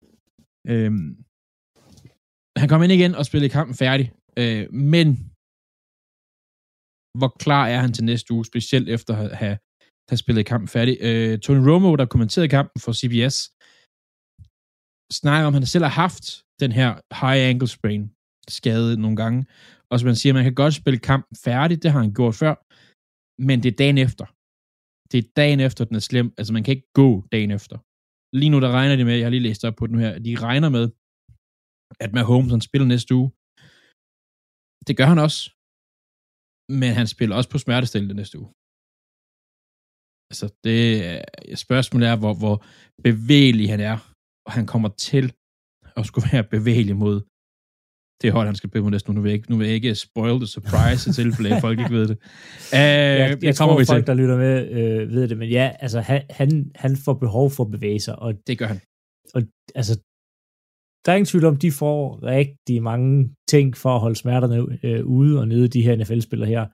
Han kom ind igen og spillede kampen færdig, men hvor klar er han til næste uge, specielt efter at have spillet kampen færdig. Tony Romo, der kommenterede kampen for CBS, snakker om, at han selv har haft den her high ankle sprain skade nogle gange, og så man siger, at man kan godt spille kampen færdig, det har han gjort før, men det er dagen efter. Det er dagen efter, den er slem. Altså, man kan ikke gå dagen efter. Lige nu, der regner de med, jeg har lige læst op på den her, de regner med, at Mahomes, han spiller næste uge. Det gør han også. Men han spiller også på smertestillende næste uge. Altså, spørgsmålet er, hvor bevægelig han er, og han kommer til at skulle være bevægelig mod det hold, han skal spille mod næste uge. Nu vil jeg ikke spoil the surprise i tilfælde, at folk ikke ved det. Jeg tror, folk, der lytter med, ved det, men ja, altså, han får behov for at bevæge sig, og det gør han. Og altså, der er ingen tvivl om, de får rigtig mange ting for at holde smerterne ude og nede, de her NFL-spillere her.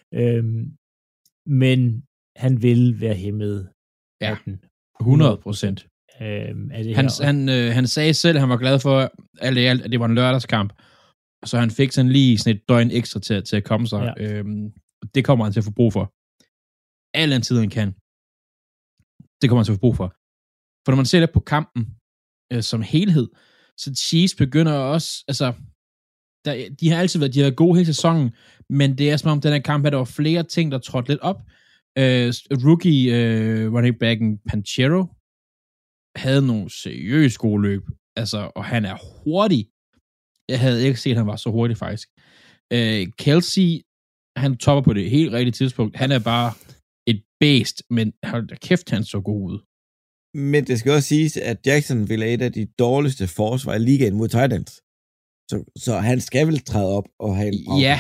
Men han vil være hæmmet af den. 100%. Han sagde selv, at han var glad for, at det var en lørdagskamp, så han fik sådan lige sådan et døgn ekstra til at komme sig. Ja. Det kommer han til at få brug for. Al den tid, han kan. Det kommer han til at få brug for. For når man ser det på kampen som helhed, så Chiefs begynder også, altså, de har altid været gode hele sæsonen, men det er som om den her kamp, at der var flere ting, der trådte lidt op. Rookie running backen Panchero havde nogle seriøse gode løb, altså, og han er hurtig. Jeg havde ikke set, at han var så hurtig, faktisk. Kelsey, han topper på det helt rigtige tidspunkt. Han er bare et bæst, men hold da kæft, han så god ud. Men det skal også siges, at Jacksonville er et af de dårligste forsvar i ligaen mod Titans. Så han skal vel træde op og have en ja.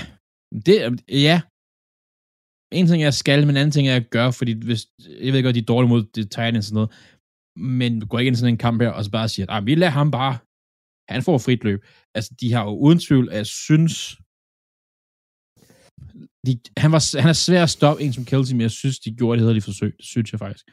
En ting er skal, men en anden ting er at gøre, fordi jeg ved godt, de er dårlige mod Titans og sådan noget, men du går ikke ind i sådan en kamp her, og så bare siger, at vi lader ham bare, han får frit løb. Altså, de har jo uden tvivl, at jeg synes, han er svær at stoppe, en som Kelsey, men jeg synes, de gjorde det hedderlige forsøg. Det synes jeg faktisk.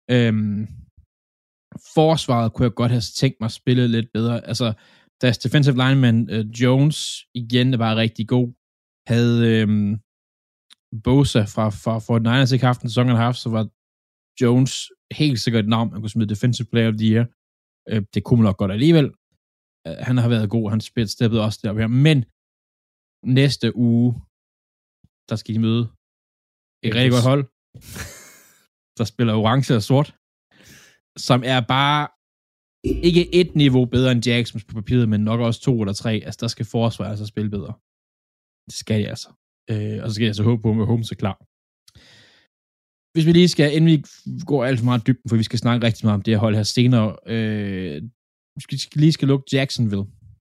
Forsvaret kunne jeg godt have tænkt mig at spille lidt bedre. Altså, deres defensive lineman Jones, igen, var rigtig god. Havde Bosa fra Niners ikke haft en sæson og haft, så var Jones helt sikkert et navn, man kunne smide defensive player of the year. Det kunne man nok godt alligevel. Han har været god, han steppede også der her. Men næste uge, der skal de møde et rigtig godt hold, der spiller orange og sort, som er bare ikke et niveau bedre end Jacksons på papiret, men nok også 2 eller 3. Altså, der skal forsvaret altså spille bedre. Det skal de altså. Og så skal jeg så håbe på, at Mahomes er klar. Hvis vi lige skal, inden vi går alt for meget dybden, for vi skal snakke rigtig meget om det her hold her senere, vi skal lukke Jacksonville.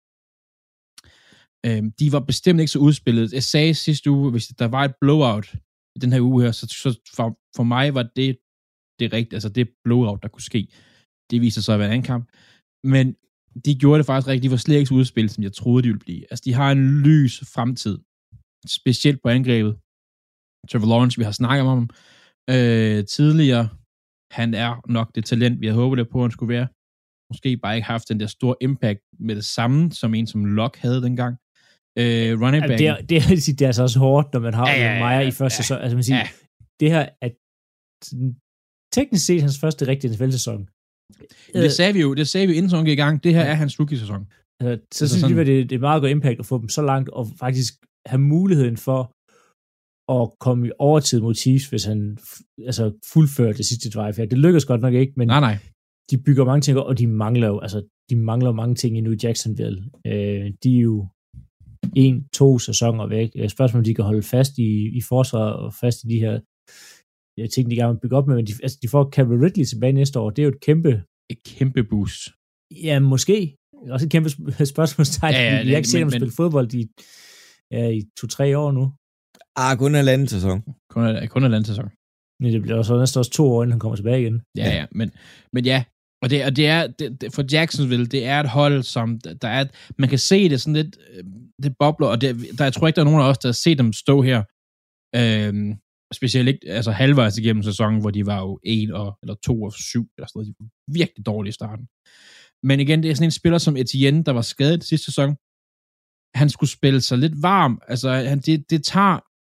De var bestemt ikke så udspillet. Jeg sagde sidste uge, hvis der var et blowout i den her uge her, så for mig var det rigtigt, altså det blowout, der kunne ske. Det viser sig at være en anden kamp. Men de gjorde det faktisk rigtigt. De var slet ikke så udspillet, som jeg troede, de ville blive. Altså, de har en lys fremtid. Specielt på angrebet. Trevor Lawrence, vi har snakket om tidligere. Han er nok det talent, vi havde håbet det på, han skulle være. Måske bare ikke haft den der store impact med det samme, som en som Locke havde dengang. Running back. Det er altså også hårdt, når man har Meyer i første sæson. Altså, man siger, det her er teknisk set hans første rigtige NFL-sæson. Det sagde vi jo inden sæsonen gik i gang. Det her er hans rookie-sæson. Så synes vi, at det er meget godt impact at få dem så langt, og faktisk have muligheden for at komme i overtid mod Chiefs, hvis han fuldfører det sidste drive her. Det lykkes godt nok ikke, men nej. De bygger mange ting, og de mangler mange ting i New Jacksonville. De er jo 1-2 sæsoner væk. Spørgsmålet, om de kan holde fast i forsvaret og fast i de her ting, de gerne vil bygge op med, men de får Calvin Ridley tilbage næste år. Det er jo et kæmpe boost. Ja, måske. Også et kæmpe spørgsmålstegn. Jeg har ikke set dem spille fodbold i 2-3 år nu. Kun halvanden sæson. Kun halvanden sæson. Men det bliver også næsten også 2 år, inden han kommer tilbage igen. Ja, men ja, og det er for Jacksonville, det er et hold, som der er, man kan se det sådan lidt, det bobler, og jeg tror ikke, der er nogen af os, der har set dem stå her, specielt ikke, altså halvvejs igennem sæsonen, hvor de var jo 1 eller 2 og 7, eller sådan noget, de var virkelig dårlige i starten. Men igen, det er sådan en spiller som Etienne, der var skadet sidste sæson. Han skulle spille sig lidt varm, altså det tager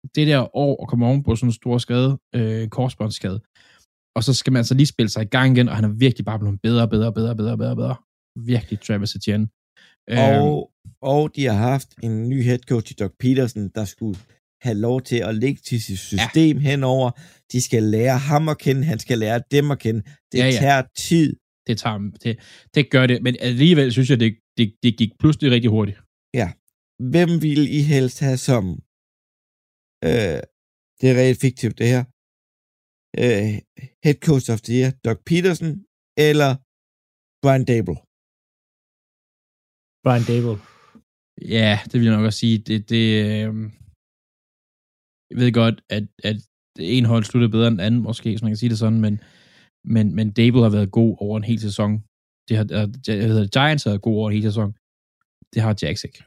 det der år at komme oven på sådan en stor skade, korsbåndsskade, og så skal man altså lige spille sig i gang igen, og han er virkelig bare blevet bedre. Virkelig Travis Etienne. Og de har haft en ny head coach, Doug Peterson, der skulle have lov til at lægge til sit system henover. De skal lære ham at kende, han skal lære dem at kende. Det tager tid. Det gør det, men alligevel synes jeg, det gik pludselig rigtig hurtigt. Ja. Hvem ville I helst have som det er reelt fiktivt det her head coach of the year, Doug Peterson eller Brian Daboll? Brian Daboll. Ja, det vil jeg nok også sige. Jeg ved godt, at en hold sluttede bedre end anden, måske, så man kan sige det sådan, men Daboll har været god over en hel sæson. Giants har været god over en hel sæson. Det har Jags ikke.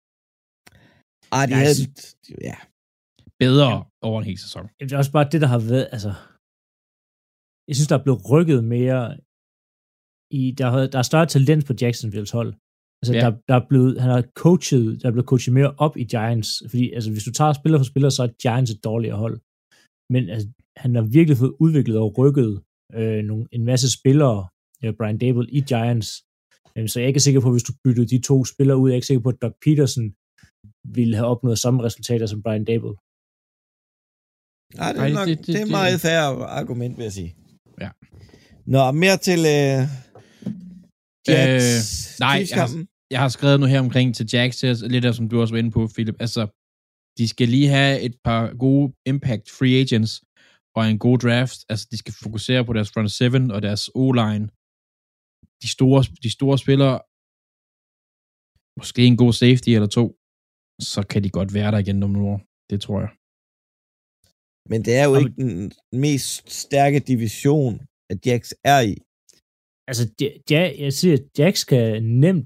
De havde bedre over en hel sæson. Det er også bare det, der har været, altså, jeg synes, der er blevet rykket mere der er større talent på Jacksonvilles hold. Altså, han har blevet coachet mere op i Giants, fordi altså, hvis du tager spiller for spiller, så er Giants et dårligere hold. Men altså, han har virkelig fået udviklet og rykket en masse spillere, Brian Daboll i Giants. Så jeg er ikke sikker på, hvis du byttede de to spillere ud, jeg er ikke sikker på, at Doug Peterson ville have opnået samme resultater som Brian Daboll. Nej, det er meget fair argument, vil jeg sige. Ja. Nå, mere til Jags. Nej, jeg har skrevet noget her omkring til Jags, lidt af som du også var inde på, Philip. Altså, de skal lige have et par gode impact free agents og en god draft. Altså, de skal fokusere på deres front seven og deres O-line. De store spillere, måske en god safety eller to, så kan de godt være der igen om nogle år. Det tror jeg. Men det er jo ikke den mest stærke division, at Jags er i. Altså, jeg siger, at Jags kan nemt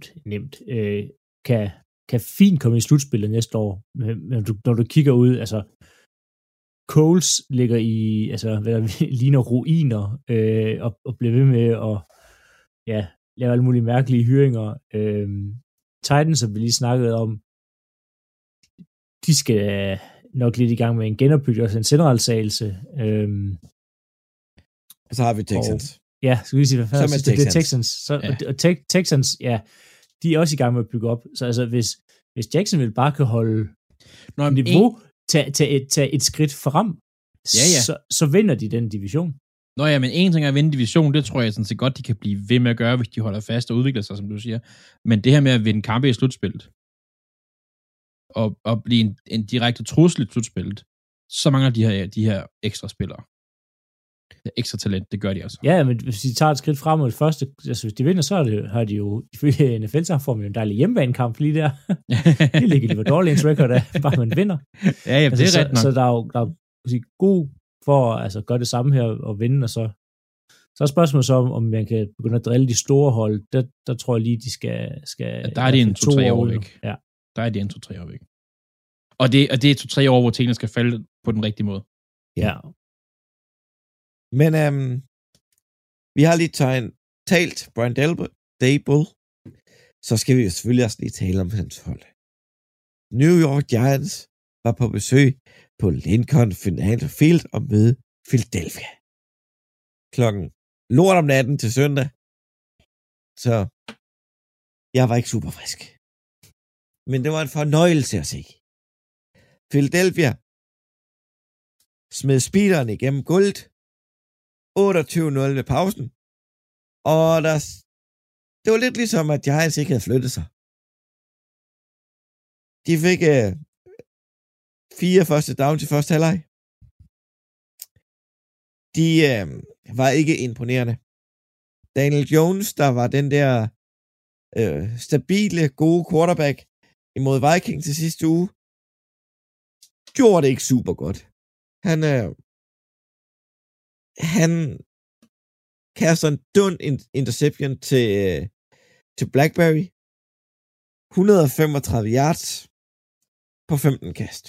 kan fint komme i slutspillet næste år. Når du kigger ud, altså, Coles ligger i, altså, hvad der ligner ruiner, og bliver ved med at lave alle mulige mærkelige hyringer. Titans, som vi lige snakkede om, de skal nok lidt i gang med en genopbygning og en centralsagelse. Og så har vi Texans. Skal vi sige, hvad fanden det er Texans. Texans, de er også i gang med at bygge op. Så altså, hvis Jacksonville bare kan holde niveau, tage et skridt frem, så vinder de den division. Nå ja, men en ting er at vinde division, det tror jeg sådan set godt, de kan blive ved med at gøre, hvis de holder fast og udvikler sig, som du siger. Men det her med at vinde kampe i slutspillet, og blive en direkte trussel i slutspillet, så mangler de her ekstra spillere. Ekstra talent, det gør de altså. Ja, men hvis de tager et skridt frem mod det første, altså hvis de vinder, så har de jo, ifølge NFL, så får man jo en dejlig hjemmebanekamp lige der. Det ligger lige, hvor dårlig ens record er, bare man vinder. Ja, altså, det er ret nok. Så der er jo god for at gøre det samme her og vinde, og så er spørgsmålet så, om man kan begynde at drille de store hold. Der tror jeg lige, de skal der er de en 2-3 år væk. Ja. Der er de en 2-3 år væk. Og det er 2-3 år, hvor tingene skal falde på den rigtige måde. Ja. Men vi har lige talt Brian Daboll, så skal vi jo selvfølgelig også lige tale om hans hold. New York Giants var på besøg på Lincoln Financial Field og møde Philadelphia. Klokken lort om natten til søndag. Så jeg var ikke super frisk. Men det var en fornøjelse at se. Philadelphia smed speederen igennem gulvet. 28-0 ved pausen. Og det var lidt ligesom, at Giants ikke havde flyttet sig. De fik 4 første down til første halvleg. De var ikke imponerende. Daniel Jones, der var den der stabile, gode quarterback imod Vikings til sidste uge, gjorde det ikke super godt. Han kaster en dund interception til Blackberry. 135 yards på 15 kast.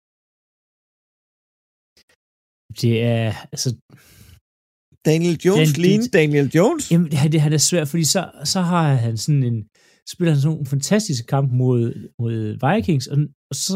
Det er, altså... Daniel Jones? Jamen, det er svært, fordi så har han sådan spiller han sådan en fantastisk kamp mod Vikings, og så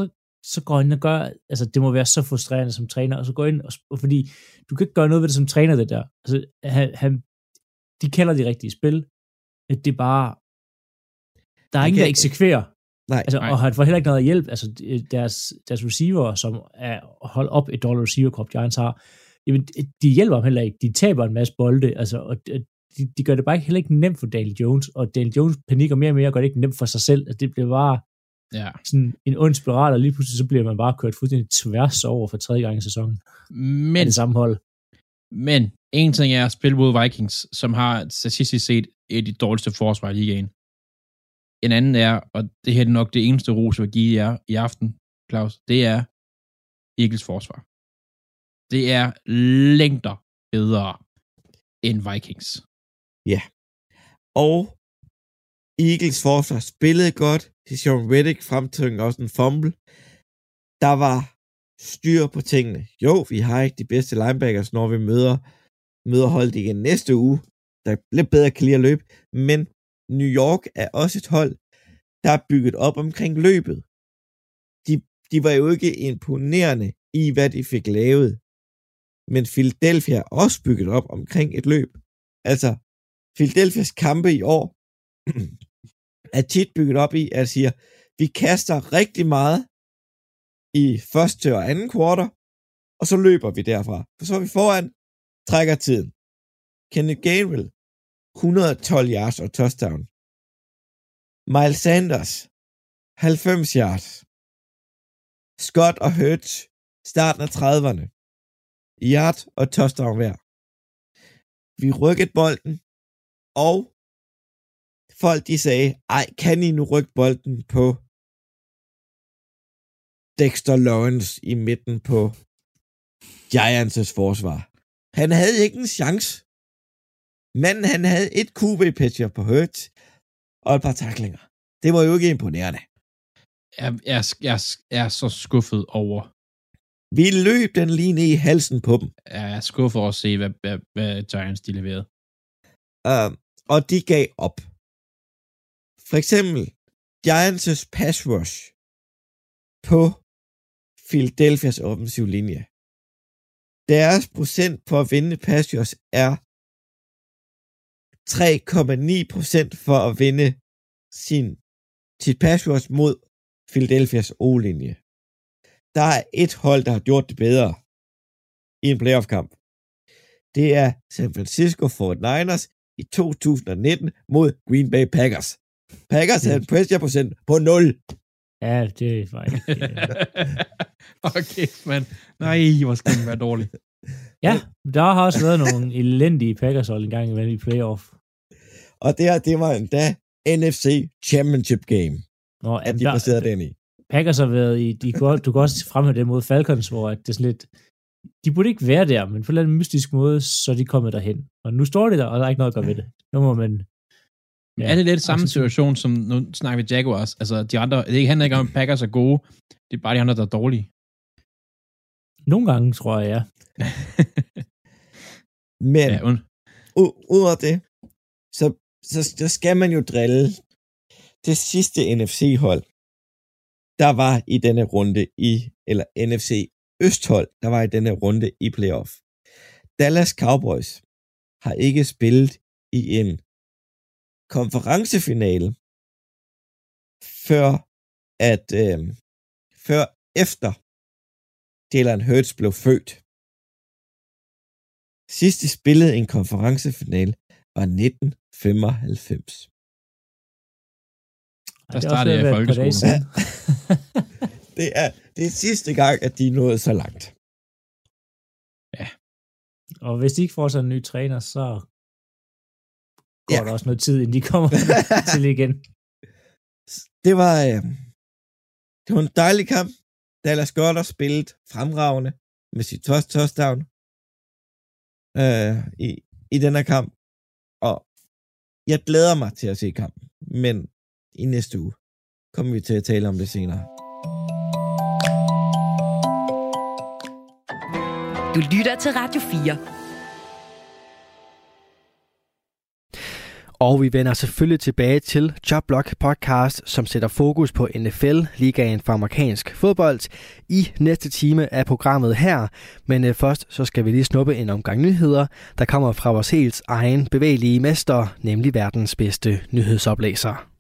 så går han ind og gør, altså det må være så frustrerende som træner, og så går ind, og fordi du kan ikke gøre noget ved det som træner, det der. Altså, de kalder de rigtige spil. Det er bare, der er ingen, der eksekverer. Nej. Altså, og han får heller ikke noget hjælp. Altså, deres receiver, som er holdt op et dårligt receiver-krop, Giants har, jamen, de hjælper ham heller ikke. De taber en masse bolde, altså, og de gør det bare heller ikke nemt for Daniel Jones, og Daniel Jones panikker mere og mere, og gør det ikke nemt for sig selv. Altså, det bliver bare sådan en ond spiral, og lige pludselig så bliver man bare kørt fuldstændig tværs over for 3. gang i sæsonen. Men det samme hold. Men en ting er at spille mod Vikings, som har statistisk set et af de dårligste forsvar i ligaen. En anden er, og det her er nok det eneste ros, jeg vil give jer i aften, Claus, det er Eagles forsvar. Det er længder bedre end Vikings. Ja. Og Eagles forsvar spillede godt. Sean Reddick fremtvingede også en fumble. Der var styr på tingene. Jo, vi har ikke de bedste linebackers, når vi møder holdet igen næste uge. Der er lidt bedre kan lide at løbe. Men New York er også et hold, der er bygget op omkring løbet. De var jo ikke imponerende i, hvad de fik lavet. Men Philadelphia er også bygget op omkring et løb. Altså, Philadelphias kampe i år er tit bygget op i, at siger, vi kaster rigtig meget i første og anden kvartal, og så løber vi derfra. For så er vi foran, trækker tiden. Kenneth Gainwell, 112 yards og touchdown. Miles Sanders, 90 yards. Scott og Hurts, starten af 30'erne. Yard og touchdown hver. Vi rykkede bolden, og folk de sagde, ej, kan I nu rykke bolden på Dexter Lawrence i midten på Giants' forsvar. Han havde ikke en chance. Men han havde et QB-pitcher på Hurts og et par tacklinger. Det var jo ikke imponerende. Jeg er så skuffet over. Vi løb den lige ned i halsen på dem. Jeg er skuffet over at se, hvad Giants de leverede. Og de gav op. For eksempel Giants' pass rush på Philadelphias offensiv linje. Deres procent for at vinde pass rush er 3,9% for at vinde sit pass rush mod Philadelphias O-linje. Der er et hold, der har gjort det bedre i en playoff-kamp. Det er San Francisco 49ers i 2019 mod Green Bay Packers. Packers havde en pressure-procent på 0. Ja, det er faktisk... Okay, mand. Nej, hvor skal den være dårlig. Ja, der har også været nogle elendige Packers-hold engang i playoff. Og det var endda NFC Championship Game, at de placerede den i. Packers har været i... Du kan også fremhæve det mod Falcons, hvor det er sådan lidt... De burde ikke være der, men på en eller anden mystisk måde, så er de kommet derhen. Og nu står de der, og der er ikke noget at gøre ved det. Nu må man... Ja, er det lidt samme situation, som nu snakker vi Jaguars? Altså, de andre... Det handler ikke om, at Packers er gode. Det er bare de andre, der er dårlige. Nogle gange, tror jeg, ja. Men ud af det, så skal man jo drille det sidste NFC-hold, der var i denne runde eller NFC Østhold, der var i denne runde i playoff. Dallas Cowboys har ikke spillet i en konferencefinale før efter Jalen Hurts blev født. Sidst de spillede en konferencefinale var 1995. Der startede jeg i folkeskolen. Det er sidste gang, at de nåede så langt. Ja. Og hvis de ikke får sådan en ny træner, så går der også noget tid, inden de kommer til igen. Det var en dejlig kamp. Dallas Goedert spillet fremragende med sit første touchdown i den her kamp. Og jeg glæder mig til at se kampen. Men i næste uge kommer vi til at tale om det senere. Du lytter til Radio 4. Og vi vender selvfølgelig tilbage til Jobblock podcast, som sætter fokus på NFL, ligaen for amerikansk fodbold, i næste time af programmet her. Men først så skal vi lige snuppe en omgang nyheder, der kommer fra vores helt egen bevægelige mester, nemlig verdens bedste nyhedsoplæser.